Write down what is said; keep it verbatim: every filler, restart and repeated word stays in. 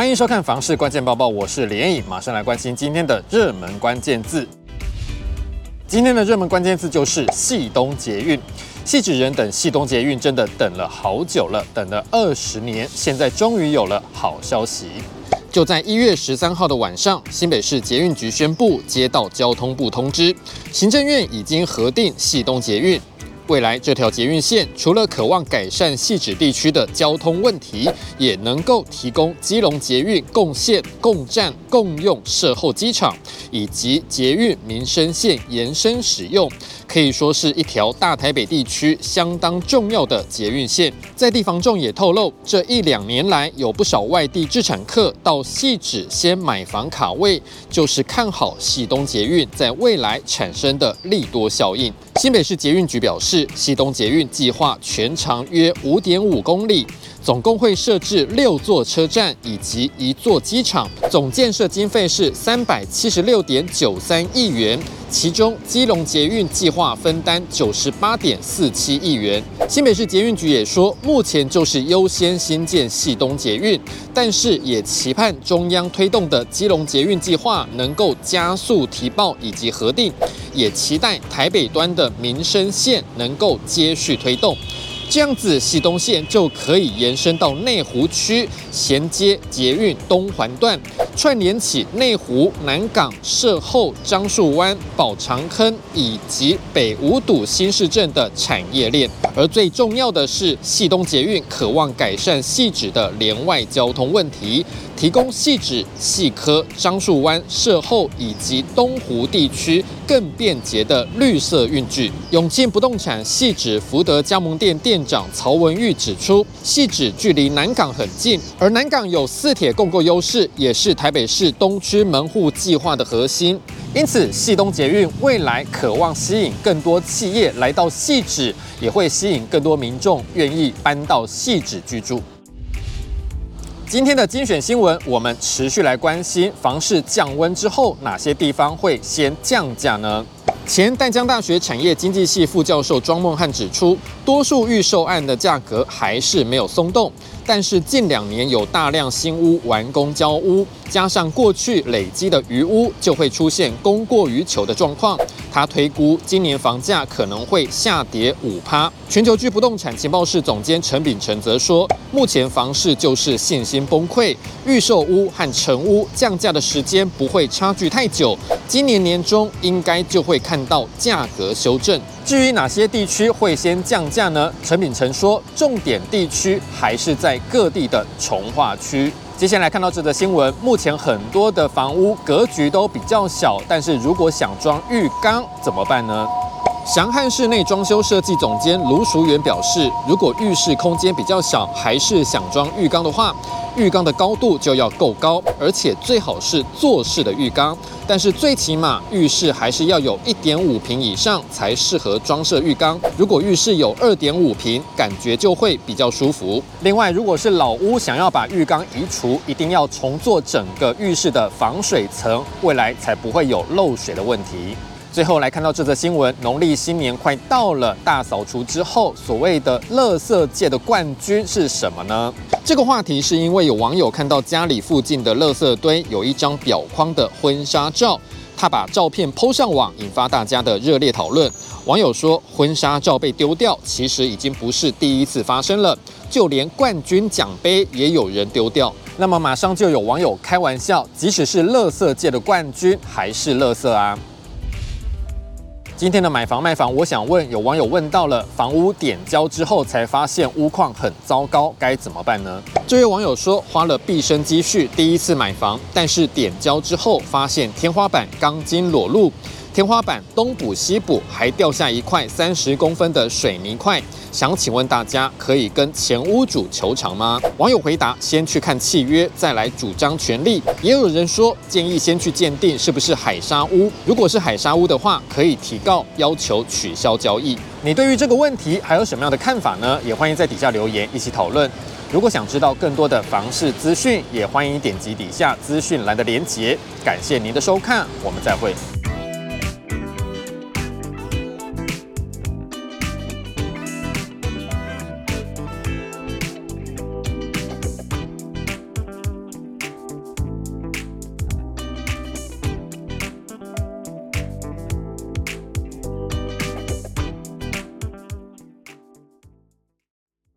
欢迎收看房市关键报报，我是连颖，马上来关心今天的热门关键字。今天的热门关键字就是系东捷运。汐止人等系东捷运真的等了好久了，等了二十年，现在终于有了好消息。就在一月十三号的晚上，新北市捷运局宣布接到交通部通知，行政院已经核定系东捷运。未来这条捷运线除了渴望改善汐止地区的交通问题，也能够提供基隆捷运共线、共站、共用售后机场以及捷运民生线延伸使用，可以说是一条大台北地区相当重要的捷运线。在地房仲也透露，这一两年来有不少外地置产客到汐止先买房卡位，就是看好系东捷运在未来产生的利多效应。新北市捷运局表示，系东捷运计划全长约 五点五公里，总共会设置六座车站以及一座机场，总建设经费是三百七十六点九三亿元，其中基隆捷运计划分担九十八点四七亿元。新北市捷运局也说，目前就是优先新建系东捷运，但是也期盼中央推动的基隆捷运计划能够加速提报以及核定，也期待台北端的民生线能够接续推动。这样子，系东线就可以延伸到内湖区，衔接捷运东环段，串联起内湖、南港、社后、樟树湾、宝长坑以及北五堵新市镇的产业链。而最重要的是，系东捷运渴望改善汐止的连外交通问题，提供汐止、汐科、樟树湾、社后以及东湖地区更便捷的绿色运具。永庆不动产汐止福德加盟店店长曹文玉指出，汐止距离南港很近，而南港有四铁共构优势，也是台北市东区门户计划的核心。因此，系东捷运未来渴望吸引更多企业来到汐止，也会吸引更多民众愿意搬到汐止居住。今天的精选新闻，我们持续来关心房市降温之后，哪些地方会先降价呢？前淡江大学产业经济系副教授庄梦汉指出，多数预售案的价格还是没有松动，但是近两年有大量新屋完工交屋，加上过去累积的余屋，就会出现供过于求的状况。他推估今年房价可能会下跌 百分之五。全球居不动产情报室总监陈秉成则说，目前房市就是信心崩溃，预售屋和成屋降价的时间不会差距太久，今年年中应该就会看到价格修正。至于哪些地区会先降价呢？陈秉成说，重点地区还是在各地的重划区。接下来看到这则新闻，目前很多的房屋格局都比较小，但是如果想装浴缸怎么办呢？祥汉室内装修设计总监卢淑媛表示，如果浴室空间比较小，还是想装浴缸的话，浴缸的高度就要够高，而且最好是坐式的浴缸。但是最起码浴室还是要有 一点五平以上才适合装设浴缸。如果浴室有 二点五平，感觉就会比较舒服。另外，如果是老屋想要把浴缸移除，一定要重做整个浴室的防水层，未来才不会有漏水的问题。最后来看到这则新闻，农历新年快到了，大扫除之后，所谓的垃圾界的冠军是什么呢？这个话题是因为有网友看到家里附近的垃圾堆有一张裱框的婚纱照，他把照片 po 上网，引发大家的热烈讨论。网友说，婚纱照被丢掉，其实已经不是第一次发生了，就连冠军奖杯也有人丢掉。那么马上就有网友开玩笑，即使是垃圾界的冠军，还是垃圾啊。今天的买房卖房，我想问，有网友问到了，房屋点交之后才发现屋况很糟糕，该怎么办呢？这位网友说，花了毕生积蓄第一次买房，但是点交之后发现天花板钢筋裸露，天花板东补西补，还掉下一块三十公分的水泥块。想请问大家，可以跟前屋主求偿吗？网友回答：先去看契约，再来主张权利。也有人说，建议先去鉴定是不是海砂屋，如果是海砂屋的话，可以提告要求取消交易。你对于这个问题还有什么样的看法呢？也欢迎在底下留言一起讨论。如果想知道更多的房市资讯，也欢迎点击底下资讯栏的连结。感谢您的收看，我们再会。